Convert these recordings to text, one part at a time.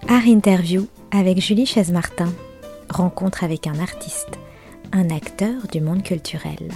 Art Interview avec Julie Chaise-Martin. Rencontre avec un artiste, un acteur du monde culturel.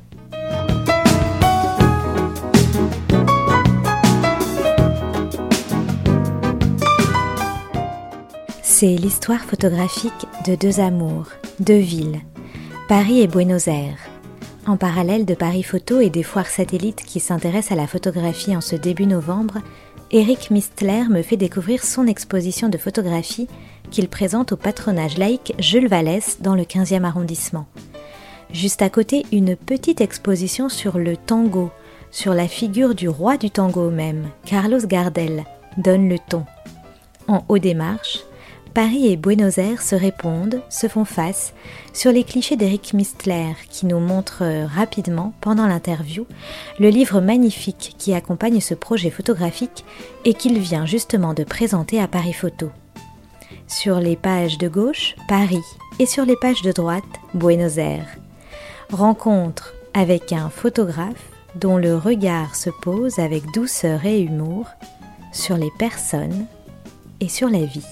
C'est l'histoire photographique de deux amours, deux villes, Paris et Buenos Aires. En parallèle de Paris Photo et des foires satellites qui s'intéressent à la photographie en ce début novembre, Éric Mistler me fait découvrir son exposition de photographie qu'il présente au patronage laïque Jules Vallès dans le 15e arrondissement. Juste à côté, une petite exposition sur le tango, sur la figure du roi du tango même, Carlos Gardel, donne le ton. En haut des marches, Paris et Buenos Aires se répondent, se font face, sur les clichés d'Éric Mistler qui nous montre rapidement, pendant l'interview, le livre magnifique qui accompagne ce projet photographique et qu'il vient justement de présenter à Paris Photo. Sur les pages de gauche, Paris, et sur les pages de droite, Buenos Aires. Rencontre avec un photographe dont le regard se pose avec douceur et humour sur les personnes et sur la vie.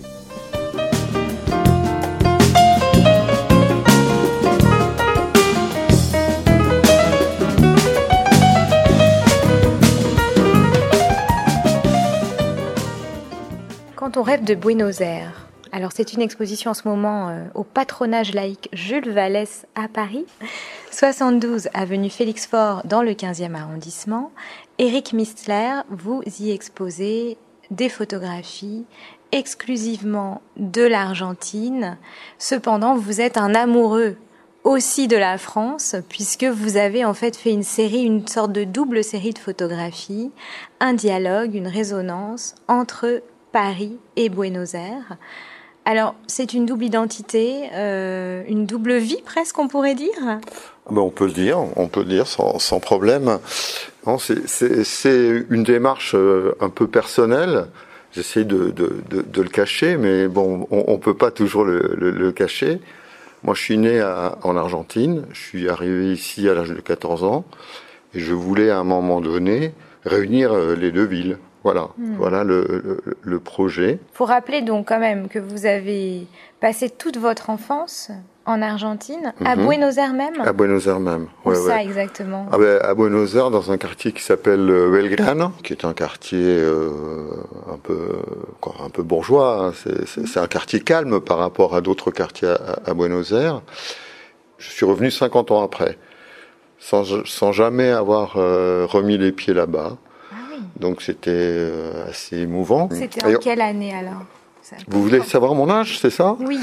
Quand on rêve de Buenos Aires, alors c'est une exposition en ce moment au patronage laïque Jules Vallès à Paris, 72 avenue Félix Faure dans le 15e arrondissement. Éric Mistler, vous y exposez des photographies exclusivement de l'Argentine. Cependant, vous êtes un amoureux aussi de la France, puisque vous avez en fait fait une sorte de double série de photographies, un dialogue, une résonance entre Paris et Buenos Aires. Alors, c'est une double identité, une double vie presque, on pourrait dire. On peut le dire sans problème. Non, c'est une démarche un peu personnelle. J'essaie de le cacher, mais bon, on peut pas toujours le cacher. Moi, je suis né en Argentine. Je suis arrivé ici à l'âge de 14 ans et je voulais à un moment donné réunir les deux villes. Voilà le projet. Il faut rappeler donc quand même que vous avez passé toute votre enfance en Argentine, à Buenos Aires même. À Buenos Aires même. Où ça exactement? À Buenos Aires, dans un quartier qui s'appelle Belgrano, qui est un quartier un peu bourgeois. C'est un quartier calme par rapport à d'autres quartiers à Buenos Aires. Je suis revenu 50 ans après, sans jamais avoir remis les pieds là-bas. Donc c'était assez émouvant. C'était en quelle année alors? Vous voulez savoir mon âge, c'est ça? Oui.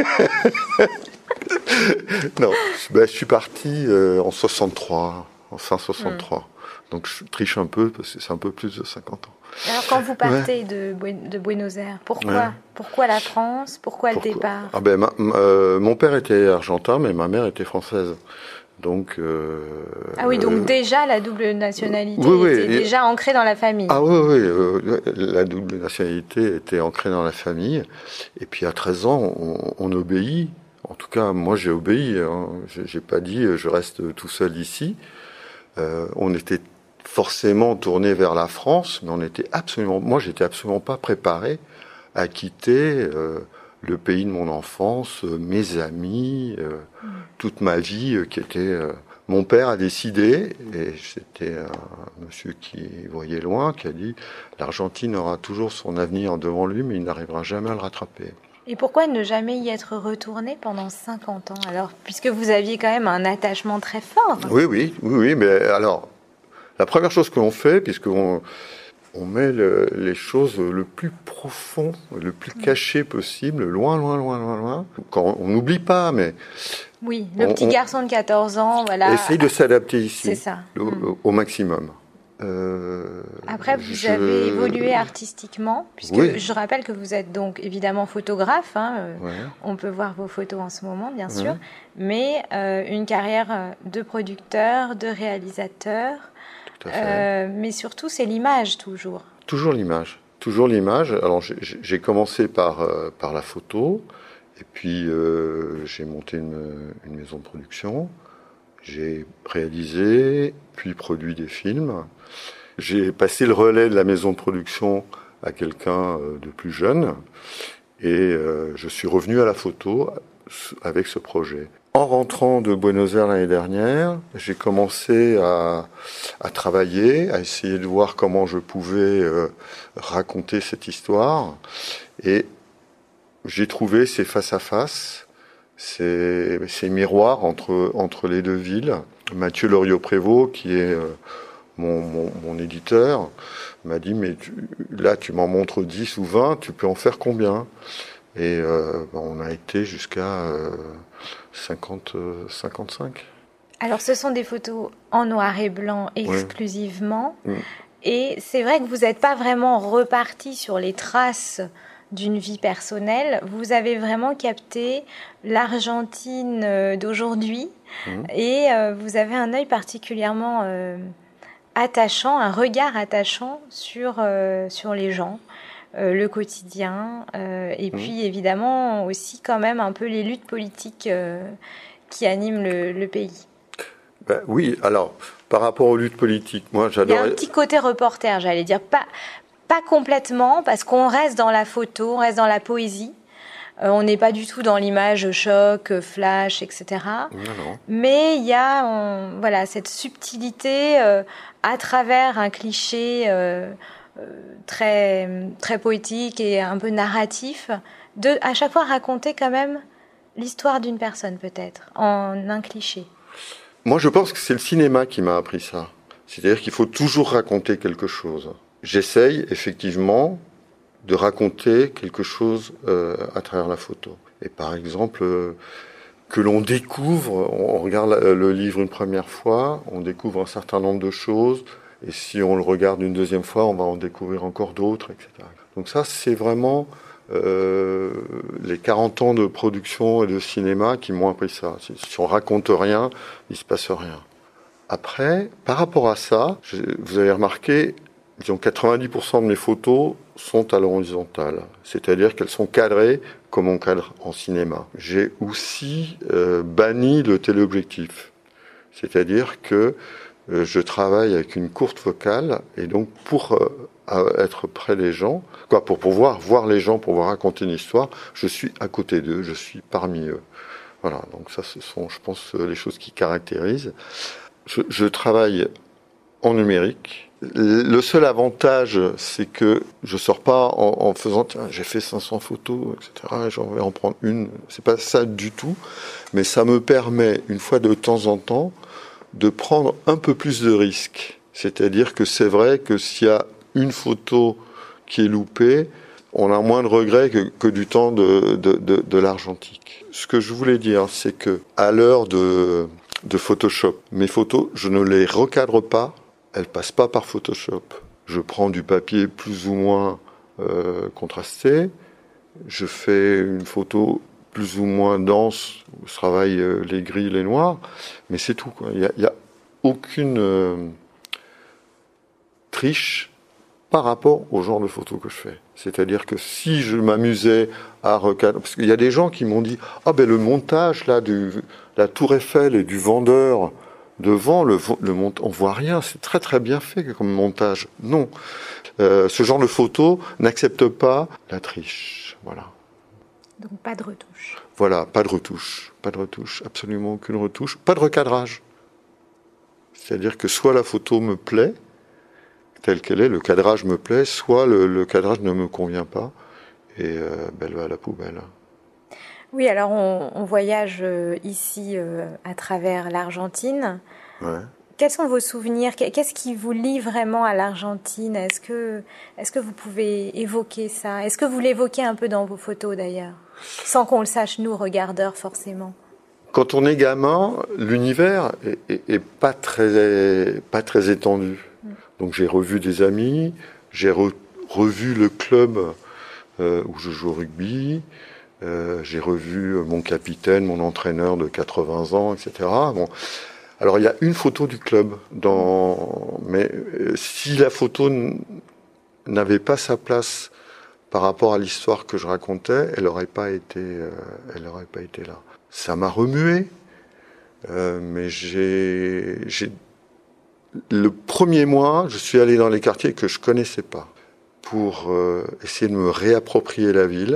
Non, je suis parti en 63, en fin 63. Donc je triche un peu parce que c'est un peu plus de 50 ans. Alors quand vous partez de Buenos Aires, pourquoi la France? Pourquoi le départ? Mon père était argentin, mais ma mère était française. Donc, donc déjà la double nationalité était déjà ancrée dans la famille. La double nationalité était ancrée dans la famille. Et puis à 13 ans, on obéit. En tout cas, moi j'ai obéi. J'ai pas dit je reste tout seul ici. On était forcément tourné vers la France, mais j'étais absolument pas préparé à quitter le pays de mon enfance, mes amis, toute ma vie qui était... Mon père a décidé, et c'était un monsieur qui voyait loin, qui a dit « L'Argentine aura toujours son avenir devant lui, mais il n'arrivera jamais à le rattraper ». Et pourquoi ne jamais y être retourné pendant 50 ans, alors, puisque vous aviez quand même un attachement très fort? Oui, mais alors, la première chose que l'on fait, puisqu'on met les choses le plus profond, le plus caché possible, loin. Quand on n'oublie pas, mais... Oui, le petit garçon de 14 ans, voilà. Essaye de s'adapter ici. C'est ça. Au maximum. Après, vous avez évolué artistiquement, puisque je rappelle que vous êtes donc évidemment photographe. On peut voir vos photos en ce moment, bien sûr. Mais une carrière de producteur, de réalisateur. Tout à fait. Mais surtout, c'est l'image toujours. Toujours l'image. Alors, j'ai commencé par la photo. Et puis, j'ai monté une maison de production. J'ai réalisé, puis produit des films. J'ai passé le relais de la maison de production à quelqu'un de plus jeune. Et je suis revenu à la photo avec ce projet. En rentrant de Buenos Aires l'année dernière, j'ai commencé à travailler, à essayer de voir comment je pouvais raconter cette histoire. Et j'ai trouvé ces face-à-face, ces miroirs entre les deux villes. Mathieu Loriot-Prévost, qui est mon éditeur, m'a dit, mais là tu m'en montres 10 ou 20, tu peux en faire combien ? Et on a été jusqu'à 55. Alors ce sont des photos en noir et blanc exclusivement. Oui. Et c'est vrai que vous n'êtes pas vraiment reparti sur les traces d'une vie personnelle. Vous avez vraiment capté l'Argentine d'aujourd'hui. Et vous avez un œil particulièrement attachant, un regard attachant sur les gens. Le quotidien, et puis évidemment aussi quand même un peu les luttes politiques qui animent le pays. Ben, oui, alors par rapport aux luttes politiques, moi j'adore. Il y a un petit côté reporter, j'allais dire, pas complètement, parce qu'on reste dans la photo, on reste dans la poésie. On n'est pas du tout dans l'image choc, flash, etc. Non. Mais il y a voilà, cette subtilité à travers un cliché très, très poétique et un peu narratif, de à chaque fois raconter quand même l'histoire d'une personne peut-être, en un cliché. Moi je pense que c'est le cinéma qui m'a appris ça. C'est-à-dire qu'il faut toujours raconter quelque chose. J'essaye effectivement de raconter quelque chose à travers la photo. Et par exemple, que l'on découvre, on regarde le livre une première fois, on découvre un certain nombre de choses, et si on le regarde une deuxième fois, on va en découvrir encore d'autres, etc. Donc ça, c'est vraiment les 40 ans de production et de cinéma qui m'ont appris ça. Si on raconte rien, il se passe rien. Après, par rapport à ça, vous avez remarqué, disons 90% de mes photos sont à l'horizontale, c'est-à-dire qu'elles sont cadrées comme on cadre en cinéma. J'ai aussi banni le téléobjectif, c'est-à-dire que je travaille avec une courte focale et donc pour être près des gens, pour pouvoir voir les gens, pour pouvoir raconter une histoire, je suis à côté d'eux, je suis parmi eux. Voilà, donc ça ce sont, je pense, les choses qui caractérisent. Je travaille en numérique. Le seul avantage, c'est que je sors pas en faisant tiens, j'ai fait 500 photos, etc. J'en vais en prendre une. C'est pas ça du tout, mais ça me permet une fois de temps en temps de prendre un peu plus de risques. C'est-à-dire que c'est vrai que s'il y a une photo qui est loupée, on a moins de regrets que du temps de l'argentique. Ce que je voulais dire, c'est que à l'heure de Photoshop, mes photos, je ne les recadre pas, elles passent pas par Photoshop. Je prends du papier plus ou moins contrasté, je fais une photo plus ou moins dense, où je travaille les gris, les noirs, mais c'est tout, quoi. Il y a aucune triche par rapport au genre de photos que je fais. C'est-à-dire que si je m'amusais à recadrer, parce qu'il y a des gens qui m'ont dit le montage là la Tour Eiffel et du vendeur devant le montage, on voit rien, c'est très très bien fait comme montage. Non, ce genre de photo n'accepte pas la triche. Voilà. Donc pas de retouche. Voilà, pas de retouche, absolument aucune retouche, pas de recadrage. C'est-à-dire que soit la photo me plaît, telle qu'elle est, le cadrage me plaît, soit le cadrage ne me convient pas, et elle va à la poubelle. Oui, alors on voyage ici à travers l'Argentine. Ouais. Quels sont vos souvenirs ? Qu'est-ce qui vous lie vraiment à l'Argentine ? Est-ce que vous pouvez évoquer ça ? Est-ce que vous l'évoquez un peu dans vos photos d'ailleurs ? Sans qu'on le sache, nous, regardeurs, forcément. Quand on est gamin, l'univers est pas très étendu. Donc j'ai revu des amis, j'ai revu le club où je joue au rugby, j'ai revu mon capitaine, mon entraîneur de 80 ans, etc. Bon. Alors il y a une photo du club, mais si la photo n'avait pas sa place par rapport à l'histoire que je racontais, elle n'aurait pas été là. Ça m'a remué, mais le premier mois, je suis allé dans les quartiers que je connaissais pas. pour essayer de me réapproprier la ville,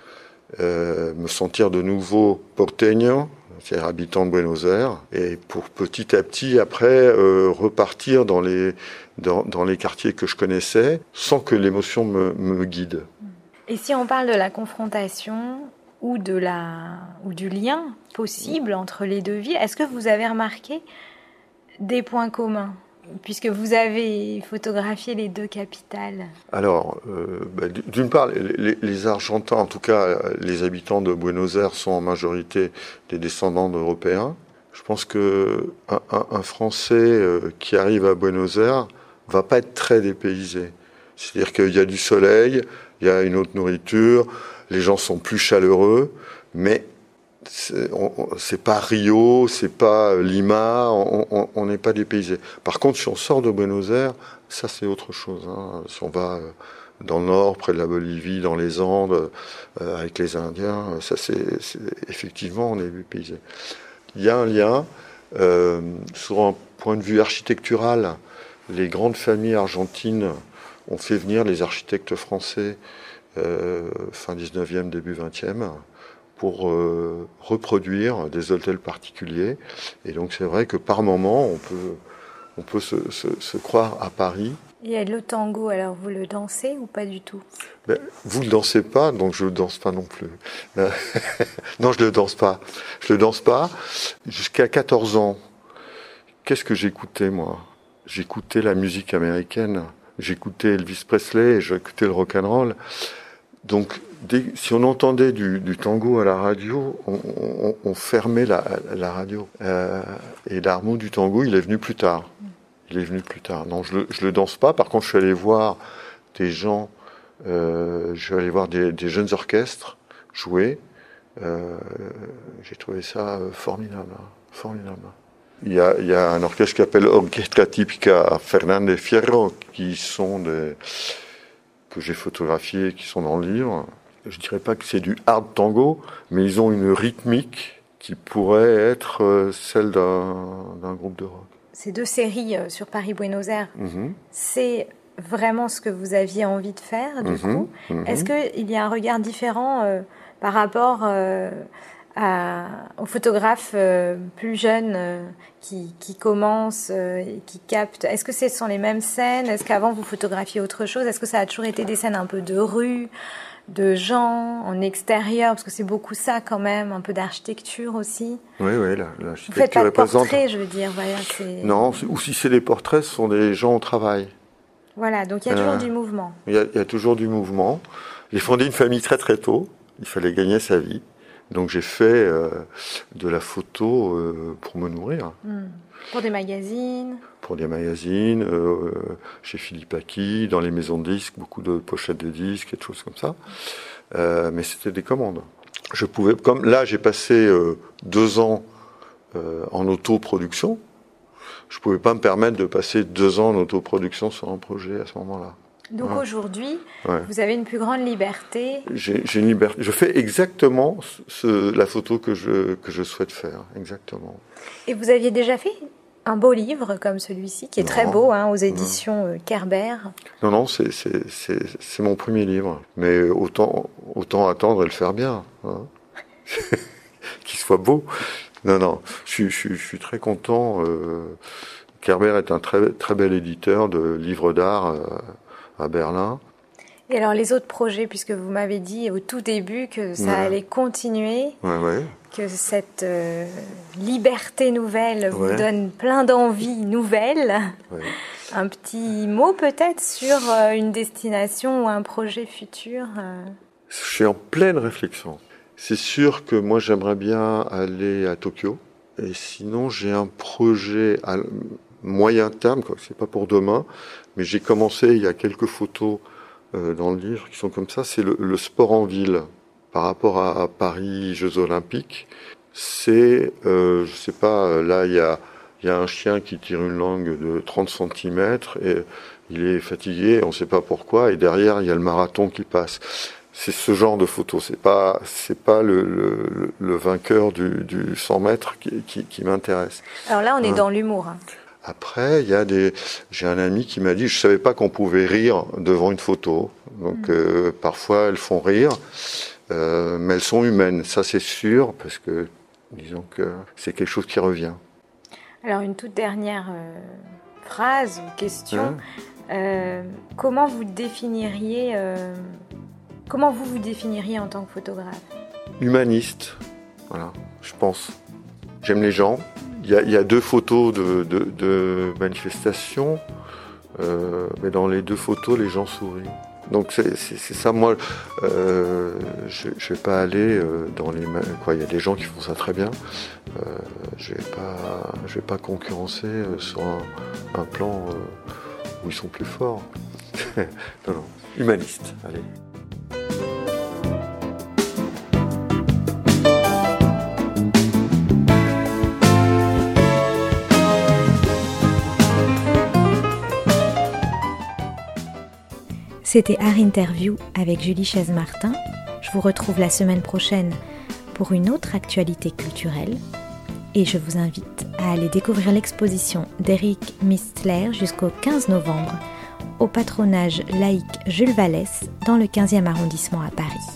me sentir de nouveau porteño, c'est-à-dire habitant de Buenos Aires, et pour petit à petit après repartir dans les quartiers que je connaissais, sans que l'émotion me guide. Et si on parle de la confrontation ou du lien possible entre les deux villes, est-ce que vous avez remarqué des points communs, puisque vous avez photographié les deux capitales? Alors, d'une part, les Argentins, en tout cas les habitants de Buenos Aires, sont en majorité des descendants d'Européens. Je pense qu'un Français qui arrive à Buenos Aires va pas être très dépaysé. C'est-à-dire qu'il y a du soleil, il y a une autre nourriture, les gens sont plus chaleureux, mais c'est pas Rio, c'est pas Lima, on n'est pas dépaysé. Par contre, si on sort de Buenos Aires, ça c'est autre chose. Hein. Si on va dans le nord, près de la Bolivie, dans les Andes, avec les Indiens, ça c'est effectivement on est dépaysé. Il y a un lien sur un point de vue architectural. Les grandes familles argentines ont fait venir les architectes français fin 19e, début 20e pour reproduire des hôtels particuliers. Et donc c'est vrai que par moment, on peut se croire à Paris. Il y a le tango, alors vous le dansez ou pas du tout? Vous ne dansez pas, donc je ne danse pas non plus. Non, je ne le danse pas. Je le danse pas. Jusqu'à 14 ans, qu'est-ce que j'écoutais, moi? J'écoutais la musique américaine. J'écoutais Elvis Presley, j'écoutais le rock'n'roll. Donc, si on entendait du tango à la radio, on fermait la radio. Et l'harmonie du tango, il est venu plus tard. Non, je le danse pas. Par contre, je suis allé voir des gens, je suis allé voir des jeunes orchestres jouer. J'ai trouvé ça formidable. Il y a un orchestre qui s'appelle Orchestra Típica Fernández Fierro, que j'ai photographié, qui sont dans le livre. Je dirais pas que c'est du hard tango, mais ils ont une rythmique qui pourrait être celle d'un groupe de rock. Ces deux séries sur Paris-Buenos Aires, c'est vraiment ce que vous aviez envie de faire, du coup. Est-ce qu'il y a un regard différent par rapport aux photographes plus jeunes qui commencent et qui captent? Est-ce que ce sont les mêmes scènes? Est-ce qu'avant vous photographiez autre chose? Est-ce que ça a toujours été des scènes un peu de rue, de gens, en extérieur? Parce que c'est beaucoup ça quand même, un peu d'architecture aussi. Oui, l'architecture vous faites pas de représente... portraits, je veux dire. Voilà, non, ou si c'est des portraits, ce sont des gens au travail. Voilà, donc il y a toujours du mouvement. Il y a toujours du mouvement. J'ai fondé une famille très très tôt. Il fallait gagner sa vie. Donc j'ai fait de la photo pour me nourrir. Pour des magazines? Pour des magazines, chez Philippe Aki, dans les maisons de disques, beaucoup de pochettes de disques et des choses comme ça. Mais c'était des commandes. Je pouvais, comme là j'ai passé 2 ans en autoproduction, je pouvais pas me permettre de passer 2 ans en autoproduction sur un projet à ce moment-là. Donc aujourd'hui, vous avez une plus grande liberté. J'ai une liberté. Je fais exactement la photo que je souhaite faire, exactement. Et vous aviez déjà fait un beau livre comme celui-ci, qui est très beau, aux éditions Kerber. Non, c'est mon premier livre. Mais autant attendre et le faire bien. Hein. Qu'il soit beau. Non, je suis très content. Kerber est un très, très bel éditeur de livres d'art à Berlin. Et alors les autres projets, puisque vous m'avez dit au tout début que ça allait continuer, que cette liberté nouvelle vous donne plein d'envies nouvelles. Un petit mot peut-être sur une destination ou un projet futur? Je suis en pleine réflexion. C'est sûr que moi j'aimerais bien aller à Tokyo. Et sinon j'ai un projet à moyen terme, quoi. C'est pas pour demain, mais j'ai commencé, il y a quelques photos dans le livre qui sont comme ça, c'est le sport en ville par rapport à Paris, Jeux Olympiques. C'est, je sais pas, là il y a un chien qui tire une langue de 30 cm et il est fatigué, on sait pas pourquoi, et derrière il y a le marathon qui passe. C'est ce genre de photo, c'est pas le vainqueur du 100 mètres qui m'intéresse. Alors là on est dans l'humour. Après, j'ai un ami qui m'a dit, je savais pas qu'on pouvait rire devant une photo. Donc parfois elles font rire, mais elles sont humaines, ça c'est sûr, parce que disons que c'est quelque chose qui revient. Alors une toute dernière phrase ou question, comment vous vous définiriez en tant que photographe? Humaniste, voilà, je pense. J'aime les gens. Il y a 2 photos de manifestations, mais dans les 2 photos, les gens sourient. Donc c'est ça, moi, je vais pas aller dans les... il y a des gens qui font ça très bien. Je vais pas concurrencer sur un plan où ils sont plus forts. Non, humaniste, allez. C'était Art Interview avec Julie Chaise-Martin. Je vous retrouve la semaine prochaine pour une autre actualité culturelle. Et je vous invite à aller découvrir l'exposition d'Éric Mistler jusqu'au 15 novembre au patronage laïque Jules Vallès dans le 15e arrondissement à Paris.